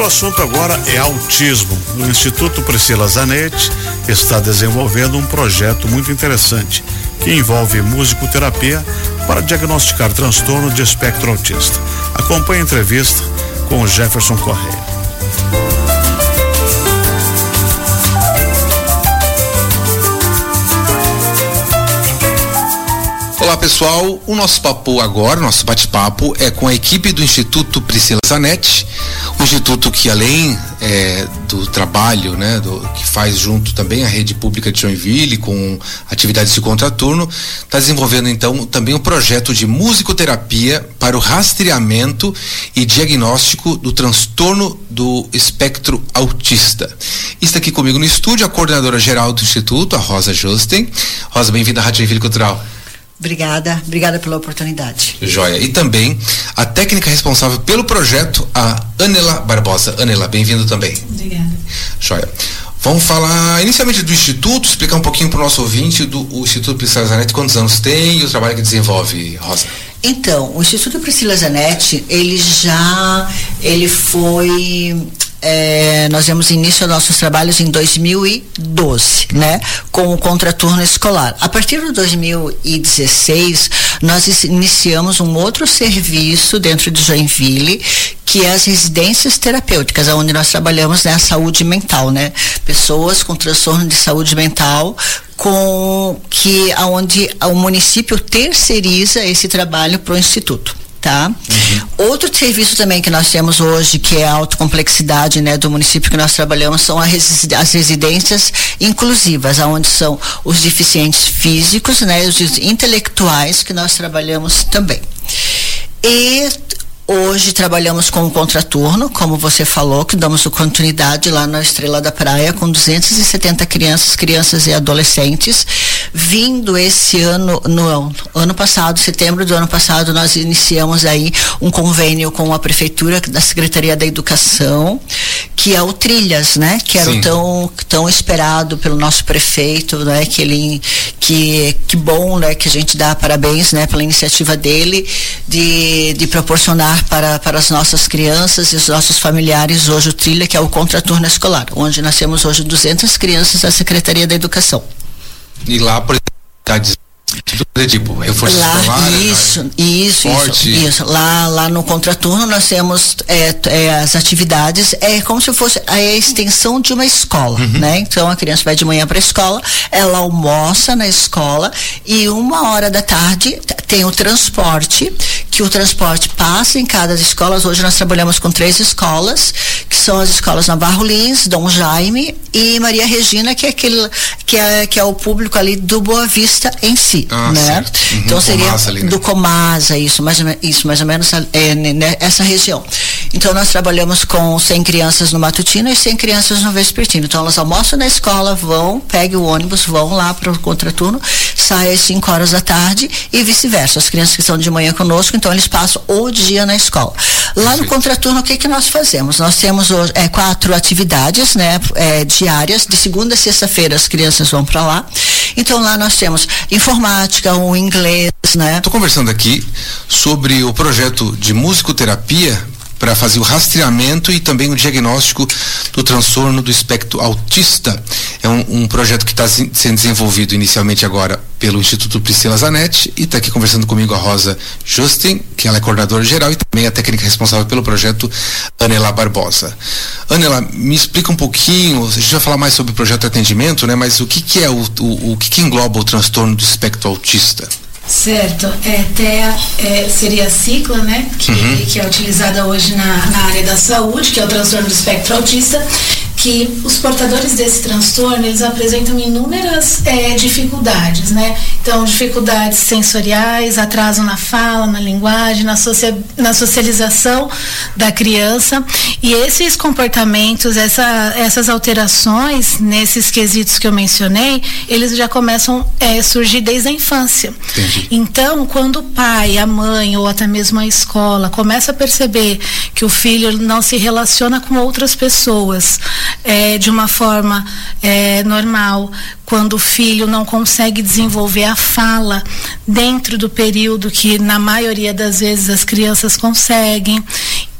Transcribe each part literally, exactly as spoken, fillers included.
o assunto agora é autismo. O Instituto Priscila Zanetti está desenvolvendo um projeto muito interessante que envolve musicoterapia para diagnosticar transtorno de espectro autista. Acompanhe a entrevista com o Jefferson Correia. Olá pessoal, o nosso papo agora, nosso bate-papo é com a equipe do Instituto Priscila Zanetti, um instituto que além é, do trabalho, né, do, que faz junto também a rede pública de Joinville com atividades de contraturno, está desenvolvendo então também um projeto de musicoterapia para o rastreamento e diagnóstico do transtorno do espectro autista. Está aqui comigo no estúdio a coordenadora geral do Instituto, a Rosa Justen. Rosa, bem-vinda à Rádio Joinville Cultural. Obrigada, obrigada pela oportunidade. Joia. E também a técnica responsável pelo projeto, a Anela Barbosa. Anela, bem-vindo também. Obrigada. Joia. Vamos falar inicialmente do Instituto, explicar um pouquinho para o nosso ouvinte do o Instituto Priscila Zanetti, quantos anos tem e o trabalho que desenvolve, Rosa. Então, o Instituto Priscila Zanetti, ele já, ele foi... É, nós demos início aos nossos trabalhos em dois mil e doze, né, com o contraturno escolar. A partir de dois mil e dezesseis, nós iniciamos um outro serviço dentro de Joinville, que é as residências terapêuticas, onde nós trabalhamos na saúde mental, né, pessoas com transtorno de saúde mental, com que aonde o município terceiriza esse trabalho para o instituto. Tá? Uhum. Outro serviço também que nós temos hoje, que é a autocomplexidade, né, do município que nós trabalhamos, são as residências inclusivas, onde são os deficientes físicos, né, os intelectuais que nós trabalhamos também. E hoje trabalhamos com o contraturno, como você falou, que damos continuidade lá na Estrela da Praia, com duzentas e setenta crianças, crianças e adolescentes. Vindo esse ano, no ano passado, setembro do ano passado, nós iniciamos aí um convênio com a Prefeitura da Secretaria da Educação, que é o Trilhas, né? Que era o tão, tão esperado pelo nosso prefeito, né? Que ele, que, que bom, né? Que a gente dá parabéns, né? Pela iniciativa dele de, de proporcionar para, para as nossas crianças e os nossos familiares hoje o Trilha, que é o contraturno escolar, onde nós temos hoje duzentas crianças da Secretaria da Educação. E lá, por exemplo, tipo, reforço lá, escolar, isso, isso, isso, isso. Lá, lá no contraturno nós temos é, é, as atividades, é como se fosse a extensão de uma escola, uhum. né? Então a criança vai de manhã para a escola, ela almoça na escola e uma hora da tarde tem o transporte, que o transporte passa em cada escola. Hoje nós trabalhamos com três escolas, que são as escolas Navarro Lins, Dom Jaime e Maria Regina, que é aquele que é, que é o público ali do Boa Vista em si. Ah, né? Uhum, então seria Comasa ali, né? Do Comasa, isso mais, isso, mais ou menos é, né, essa região. Então nós trabalhamos com cem crianças no matutino e cem crianças no vespertino. Então elas almoçam na escola, vão, pegam o ônibus, vão lá para o contraturno, saem às cinco horas da tarde e vice-versa. As crianças que estão de manhã conosco, então eles passam o dia na escola. Lá no contraturno, o que que nós fazemos? Nós temos hoje, é, quatro atividades, né, é, diárias, de segunda a sexta-feira as crianças vão para lá. Então lá nós temos informática, o inglês, né? Estou conversando aqui sobre o projeto de musicoterapia para fazer o rastreamento e também o diagnóstico do transtorno do espectro autista. É um, um projeto que está sendo desenvolvido inicialmente agora pelo Instituto Priscila Zanetti, e está aqui conversando comigo a Rosa Justen, que ela é coordenadora geral, e também a técnica responsável pelo projeto, Anela Barbosa. Anela, me explica um pouquinho, a gente vai falar mais sobre o projeto de atendimento, né? Mas o que que é o, o, o que que engloba o transtorno do espectro autista? Certo, é, T E A é, seria a sigla, né, que, uhum. que é utilizada hoje na, na área da saúde, que é o transtorno do espectro autista, que os portadores desse transtorno, eles apresentam inúmeras é, dificuldades, né? Então, dificuldades sensoriais, atraso na fala, na linguagem, na, socia na socialização da criança, e esses comportamentos, essa, essas alterações nesses quesitos que eu mencionei, eles já começam a é, surgir desde a infância. Entendi. Então, quando o pai, a mãe ou até mesmo a escola começa a perceber que o filho não se relaciona com outras pessoas É, de uma forma é, normal, quando o filho não consegue desenvolver a fala dentro do período que na maioria das vezes as crianças conseguem,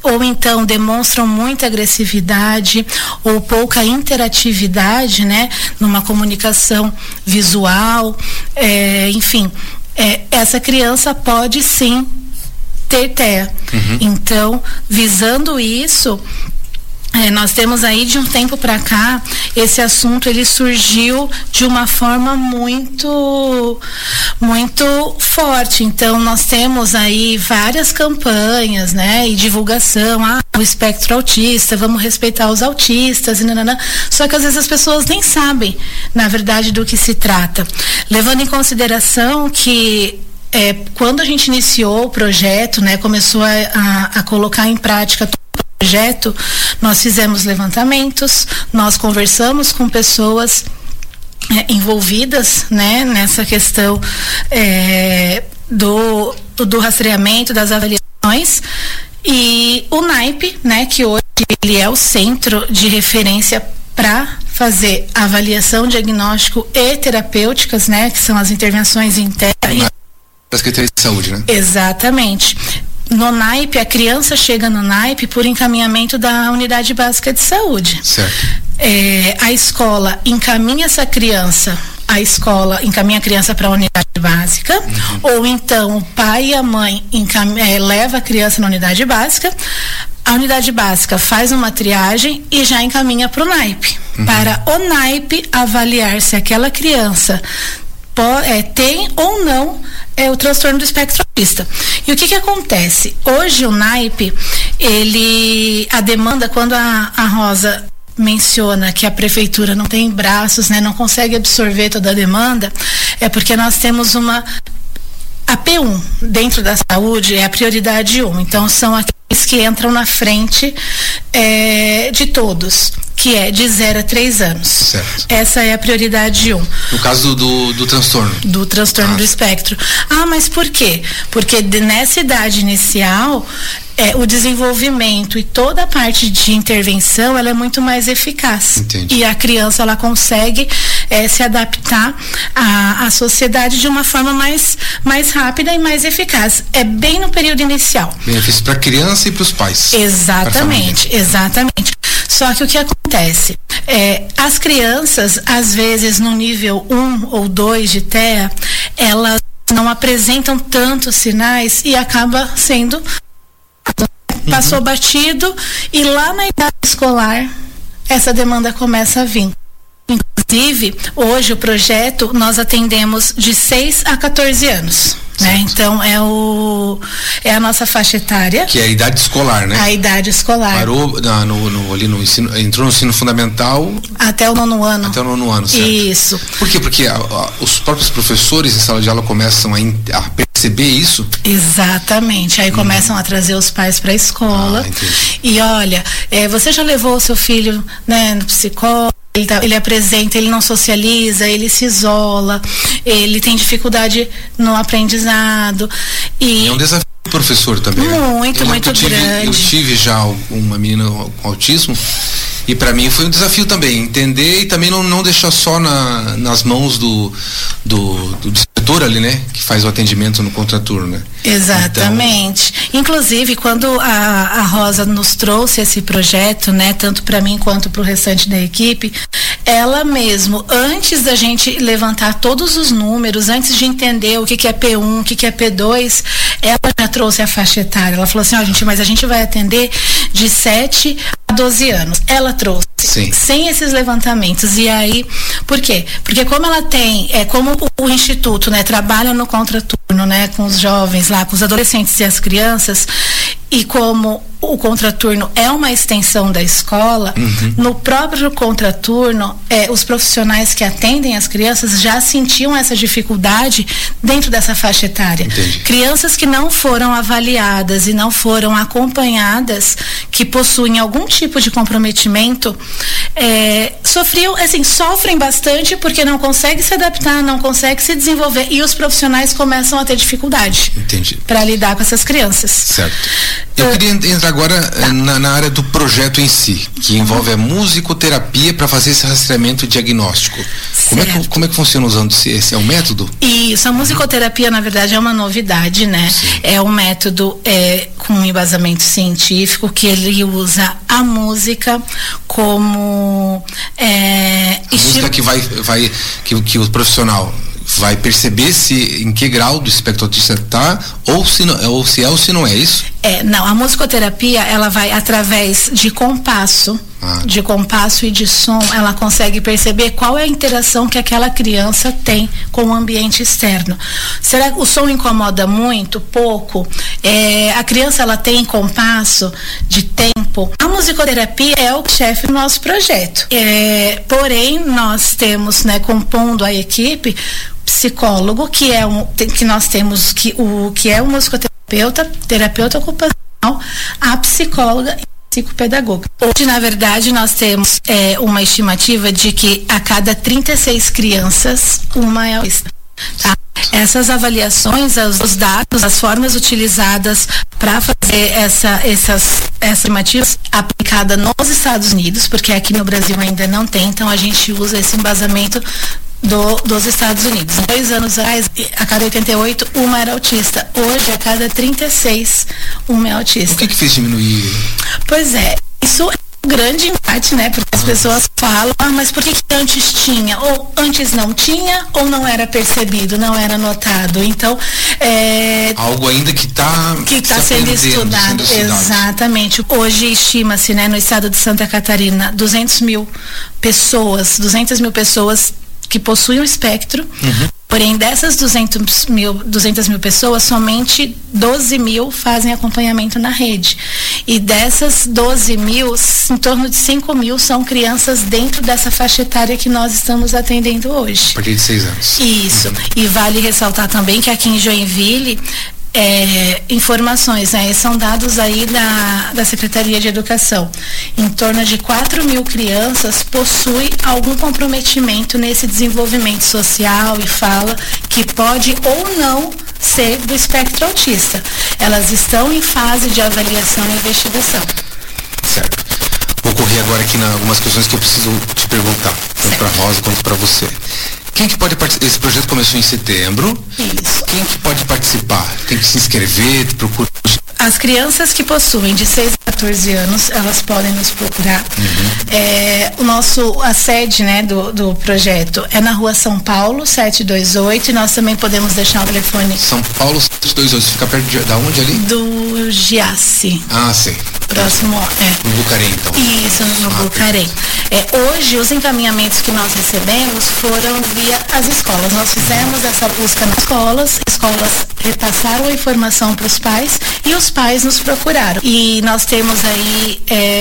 ou então demonstram muita agressividade ou pouca interatividade, né, numa comunicação visual, é, enfim, é, essa criança pode sim ter T E A. Uhum. Então, visando isso, É, nós temos aí de um tempo para cá, esse assunto ele surgiu de uma forma muito muito forte. Então nós temos aí várias campanhas, né, e divulgação, ah, o espectro autista, vamos respeitar os autistas e nanana. Só que às vezes as pessoas nem sabem, na verdade, do que se trata. Levando em consideração que é, quando a gente iniciou o projeto, né, começou a, a, a colocar em prática projeto, nós fizemos levantamentos, nós conversamos com pessoas é, envolvidas, né, nessa questão é, do, do rastreamento, das avaliações, e o NAIP, né, que hoje ele é o centro de referência para fazer avaliação, diagnóstico e terapêuticas, né, que são as intervenções internas. Da Secretaria de Saúde, né? Exatamente. No NAIP, a criança chega no NAIP por encaminhamento da Unidade Básica de Saúde. Certo. É, a escola encaminha essa criança, a escola encaminha a criança para a unidade básica, uhum. ou então o pai e a mãe encam- é, leva a criança na unidade básica, a unidade básica faz uma triagem e já encaminha para o NAIP, uhum. para o NAIP avaliar se aquela criança pode, é, tem ou não é o transtorno do espectro autista. E o que que acontece? Hoje o NAIP, ele, a demanda, quando a, a Rosa menciona que a prefeitura não tem braços, né, não consegue absorver toda a demanda, é porque nós temos uma, a P um dentro da saúde é a prioridade um, então são aqueles que entram na frente é, de todos, que é de zero a três anos. Certo. Essa é a prioridade um. No caso do, do, do transtorno. Do transtorno ah. do espectro. Ah, mas por quê? Porque de, nessa idade inicial, é, o desenvolvimento e toda a parte de intervenção, ela é muito mais eficaz. Entendi. E a criança, ela consegue é, se adaptar à, à sociedade de uma forma mais, mais rápida e mais eficaz. É bem no período inicial. Benefício para a criança e para os pais. Exatamente, exatamente. Só que o que acontece? É, as crianças, às vezes, no nível um ou dois de T E A, elas não apresentam tantos sinais e acaba sendo uhum. passou batido, e lá na idade escolar essa demanda começa a vir. Inclusive, hoje o projeto nós atendemos de seis a quatorze anos. Né? Então é o é a nossa faixa etária, que é a idade escolar, né? A idade escolar. Parou na, no, no, ali no ensino, entrou no ensino fundamental até o nono ano. Até o nono ano, certo? Isso. Por quê? Porque a, a, os próprios professores em sala de aula começam a, in, a perceber isso. Exatamente. Aí hum. começam a trazer os pais para a escola. Ah, e olha, é, você já levou o seu filho, né, no psicólogo? Ele, tá, ele apresenta, ele não socializa, ele se isola, ele tem dificuldade no aprendizado. E, e é um desafio do professor também. Muito, eu, muito eu tive, grande. Eu tive já uma menina com autismo, e para mim foi um desafio também, entender e também não, não deixar só na, nas mãos do, do, do diretor ali, né? Que faz o atendimento no contraturno, né? Exatamente. Então, inclusive, quando a, a Rosa nos trouxe esse projeto, né? Tanto para mim quanto para o restante da equipe, ela mesmo, antes da gente levantar todos os números, antes de entender o que, que é P um, o que, que é P dois, ela já trouxe a faixa etária. Ela falou assim, ó, oh, gente, mas a gente vai atender de sete a doze anos. Ela trouxe. Sim. Sem esses levantamentos. E aí, por quê? Porque como ela tem, é como o, o Instituto, né, trabalha no contraturno, né, com os jovens lá, com os adolescentes e as crianças, e como o contraturno é uma extensão da escola, uhum. no próprio contraturno, é, os profissionais que atendem as crianças já sentiam essa dificuldade dentro dessa faixa etária. Entendi. Crianças que não foram avaliadas e não foram acompanhadas, que possuem algum tipo de comprometimento, é, sofriam, assim, sofrem bastante porque não conseguem se adaptar, não conseguem se desenvolver, e os profissionais começam a ter dificuldade para lidar com essas crianças. Certo. Eu uh, queria entrar agora na, na área do projeto em si, que envolve a musicoterapia para fazer esse rastreamento diagnóstico. Como é, que, como é que funciona usando esse, esse é um método? Isso, a musicoterapia na verdade é uma novidade, né? Sim. É um método é, com um embasamento científico que ele usa a música como é, a música que vai, vai que, que o profissional vai perceber se em que grau do espectro autista está ou se não, ou se é ou se não é isso? É, não, a musicoterapia ela vai através de compasso, ah. de compasso e de som, ela consegue perceber qual é a interação que aquela criança tem com o ambiente externo. Será que o som incomoda muito, pouco? É, a criança ela tem compasso de tempo. A musicoterapia é o chefe do nosso projeto. É, porém, nós temos, né, compondo a equipe, psicólogo, que é um, que nós temos que o que é o musicoterapeuta, terapeuta ocupacional, a psicóloga e psicopedagoga. Hoje, na verdade, nós temos é, uma estimativa de que a cada trinta e seis crianças, uma é autista. Tá? Essas avaliações, os, os dados, as formas utilizadas para fazer essa, essas, essas estimativas aplicada nos Estados Unidos, porque aqui no Brasil ainda não tem, então a gente usa esse embasamento Do, dos Estados Unidos. Dois anos atrás, a cada oitenta e oito, uma era autista. Hoje, a cada trinta e seis, uma é autista. O que que fez diminuir? Pois é, isso é um grande embate, né? Porque as pessoas falam, ah, mas por que que antes tinha? Ou antes não tinha, ou não era percebido, não era notado. Então, é... algo ainda que está que está sendo estudado. Sendo Exatamente. Hoje estima-se, né, no estado de Santa Catarina, duzentas mil pessoas, duzentas mil pessoas que possuem o espectro, uhum. Porém dessas duzentas mil pessoas, somente doze mil fazem acompanhamento na rede. E dessas doze mil, em torno de cinco mil são crianças dentro dessa faixa etária que nós estamos atendendo hoje. A partir de seis anos. Isso. Uhum. E vale ressaltar também que aqui em Joinville, É, informações, né? São dados aí da, da Secretaria de Educação. Em torno de quatro mil crianças possuem algum comprometimento nesse desenvolvimento social e fala que pode ou não ser do espectro autista. Elas estão em fase de avaliação e investigação. Certo. Vou correr agora aqui em algumas questões que eu preciso te perguntar, tanto para a Rosa quanto para você. Quem que pode participar? Esse projeto começou em setembro. Isso. Quem que pode participar? Tem que se inscrever, procura. As crianças que possuem de seis a quatorze anos, elas podem nos procurar. Uhum. É, o nosso, a sede, né, do, do projeto é na rua São Paulo, setecentos e vinte e oito, e nós também podemos deixar o telefone. São Paulo setecentos e vinte e oito, fica perto de, da onde ali? Do Giasse. Ah, sei. Próximo, é. No Bucarém, então. Isso, no ah, Bucarém. É, hoje, os encaminhamentos que nós recebemos foram via as escolas. Nós fizemos essa busca nas escolas, escolas repassaram a informação para os pais e os pais nos procuraram. E nós temos aí,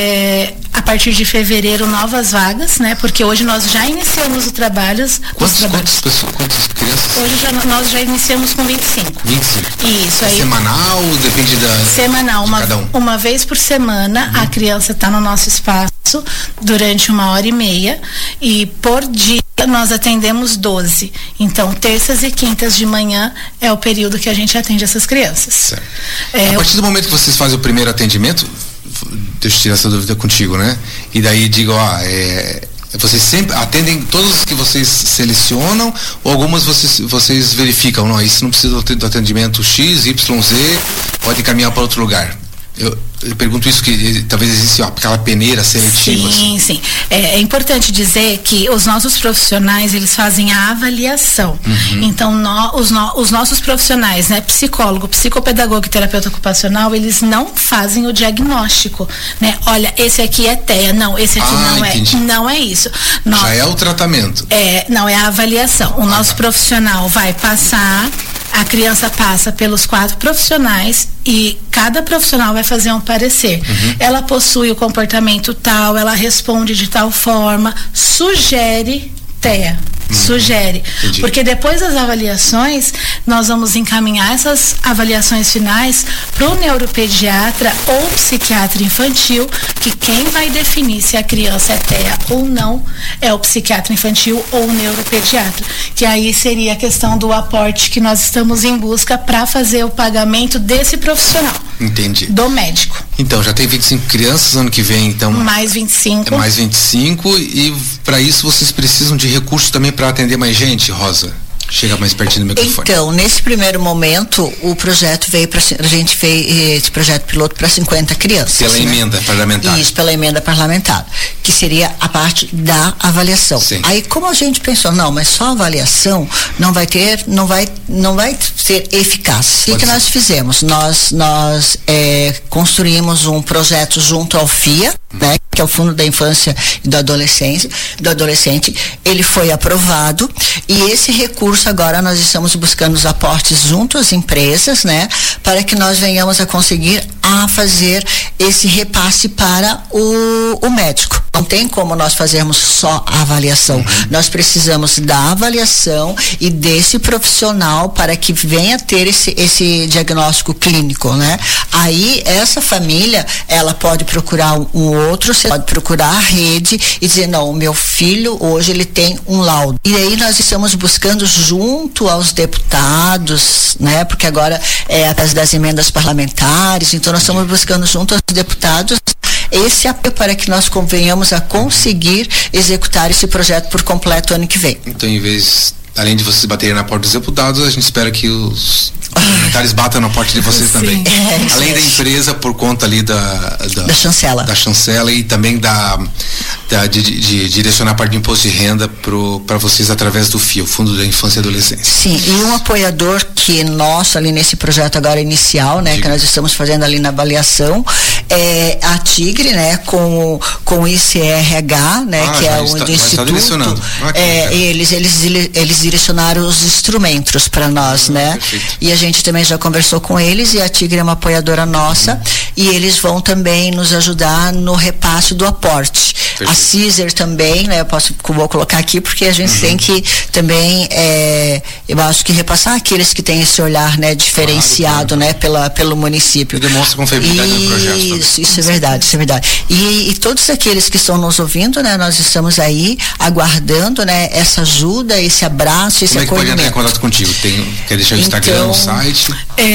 é, a partir de fevereiro, novas vagas, né? Porque hoje nós já iniciamos o trabalho. Quantos, quantas pessoas, quantas crianças? Hoje já, nós já iniciamos com vinte e cinco. vinte e cinco. Isso aí. Semanal, depende da. Semanal, uma, cada um. uma vez por semana, uhum. A criança está no nosso espaço durante uma hora e meia e por dia nós atendemos doze. Então, terças e quintas de manhã é o período que a gente atende essas crianças. Certo. É, a partir do momento que vocês fazem o primeiro atendimento, deixa eu tirar essa dúvida contigo, né? E daí digo, ó, é, vocês sempre atendem todos que vocês selecionam ou algumas vocês, vocês verificam, não, isso não precisa do atendimento X, Y, Z, pode caminhar para outro lugar. Eu, eu pergunto isso que talvez exista aquela peneira seletiva. Sim, assim. sim. É, é importante dizer que os nossos profissionais, eles fazem a avaliação. Uhum. Então, no, os, no, os nossos profissionais, né, psicólogo, psicopedagogo e terapeuta ocupacional, eles não fazem o diagnóstico, né? Olha, esse aqui é T E A, não, esse aqui ah, não entendi. é. Não é isso. Nós, Já é o tratamento. É, não, é a avaliação. O ah, nosso tá. profissional vai passar, a criança passa pelos quatro profissionais e cada profissional vai fazer um parecer. Uhum. Ela possui o comportamento tal, ela responde de tal forma, sugere T E A. Uhum. Sugere. Entendi. Porque depois das avaliações, nós vamos encaminhar essas avaliações finais para o neuropediatra ou psiquiatra infantil, que quem vai definir se a criança é T E A ou não é o psiquiatra infantil ou o neuropediatra. Que aí seria a questão do aporte que nós estamos em busca para fazer o pagamento desse profissional. Entendi. Do médico. Então, já tem vinte e cinco crianças, ano que vem, então... Mais vinte e cinco. É mais vinte e cinco, e para isso vocês precisam de recursos também para atender mais gente, Rosa? Chega mais pertinho do microfone. Então, nesse primeiro momento, o projeto veio para a gente fez esse projeto piloto para cinquenta crianças. Pela né? emenda parlamentar. Isso, pela emenda parlamentar, que seria a parte da avaliação. Sim. Aí, como a gente pensou, não, mas só avaliação não vai ter, não vai, não vai ser eficaz. O que, que nós fizemos? Nós, nós é, construímos um projeto junto ao F I A, hum. né? Que é o Fundo da Infância e do Adolescência, do Adolescente. Ele foi aprovado e esse recurso agora nós estamos buscando os aportes junto às empresas, né, para que nós venhamos a conseguir a fazer esse repasse para o, o médico. Não tem como nós fazermos só a avaliação. Uhum. Nós precisamos da avaliação e desse profissional para que venha ter esse, esse diagnóstico clínico, né? Aí essa família, ela pode procurar um outro, você pode procurar a rede e dizer, não, o meu filho hoje ele tem um laudo. E aí nós estamos buscando junto aos deputados, né? Porque agora é através das emendas parlamentares, então nós estamos buscando junto aos deputados esse apoio para que nós convenhamos a conseguir executar esse projeto por completo ano que vem. Então, em vez, além de vocês baterem na porta dos deputados, a gente espera que os parlamentares batam na porta de vocês Sim. também. É, além é. da empresa, por conta ali da da, da chancela. Da chancela e também da, da de, de, de direcionar a parte de imposto de renda para vocês através do F I A, o Fundo da Infância e Adolescência. Sim, e um apoiador que nosso ali nesse projeto agora inicial, né, Diga. que nós estamos fazendo ali na avaliação, é a Tigre, né, com com o I C R H, né, ah, que é o está, do instituto. direcionando. Ah, é, eles eles eles direcionaram os instrumentos para nós, ah, né? Perfeito. E a gente também já conversou com eles e a Tigre é uma apoiadora nossa, uhum. e eles vão também nos ajudar no repasse do aporte. Perfeito. A Cizer também, né, eu posso vou colocar aqui porque a gente uhum. tem que também é, eu acho que repassar aqueles que têm esse olhar, né, diferenciado, claro, claro. né, pela pelo município. E demonstra confiabilidade no projeto. Isso, isso é verdade, isso é verdade. E, e todos aqueles que estão nos ouvindo, né, nós estamos aí aguardando, né, essa ajuda, esse abraço, esse Como é que pode entrar em contato contigo? Tem, quer deixar o Instagram, então, o site?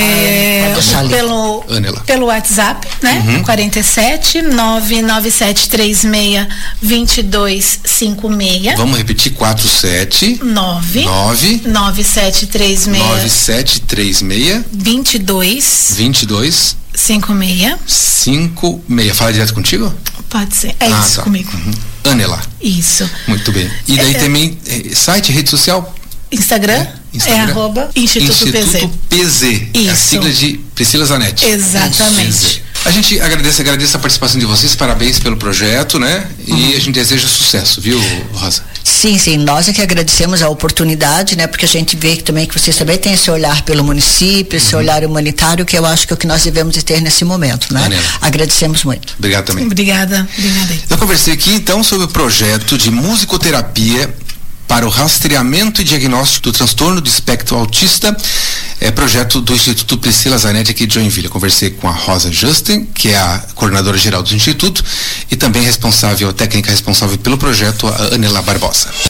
É, ah, pelo, pelo WhatsApp, né? Uhum. quarenta e sete, nove nove sete três seis, dois dois cinco seis. Vamos repetir, quatro sete nove nove nove sete três seis nove sete três seis vinte e dois vinte e dois cinco seis cinco seis. Fala direto contigo? Pode ser, é ah, isso tá. comigo. Uhum. Anela. Isso. Muito bem. E daí é, também, é, site, rede social? Instagram, é, Instagram. é arroba Instituto, Instituto P Z. Isso. É a sigla de Priscila Zanetti. Exatamente. A gente agradece, agradece a participação de vocês, parabéns pelo projeto, né? E uhum. a gente deseja sucesso, viu, Rosa? Sim, sim, nós é que agradecemos a oportunidade, né? Porque a gente vê que também que vocês também têm esse olhar pelo município, esse uhum. olhar humanitário, que eu acho que é o que nós devemos de ter nesse momento, né? É, agradecemos muito. Obrigado também. Obrigada, obrigada. Eu conversei aqui então sobre o projeto de musicoterapia para o rastreamento e diagnóstico do transtorno do espectro autista, é projeto do Instituto Priscila Zanetti aqui de Joinville. Eu conversei com a Rosa Justin, que é a coordenadora geral do Instituto, e também responsável, a técnica responsável pelo projeto, a Anela Barbosa.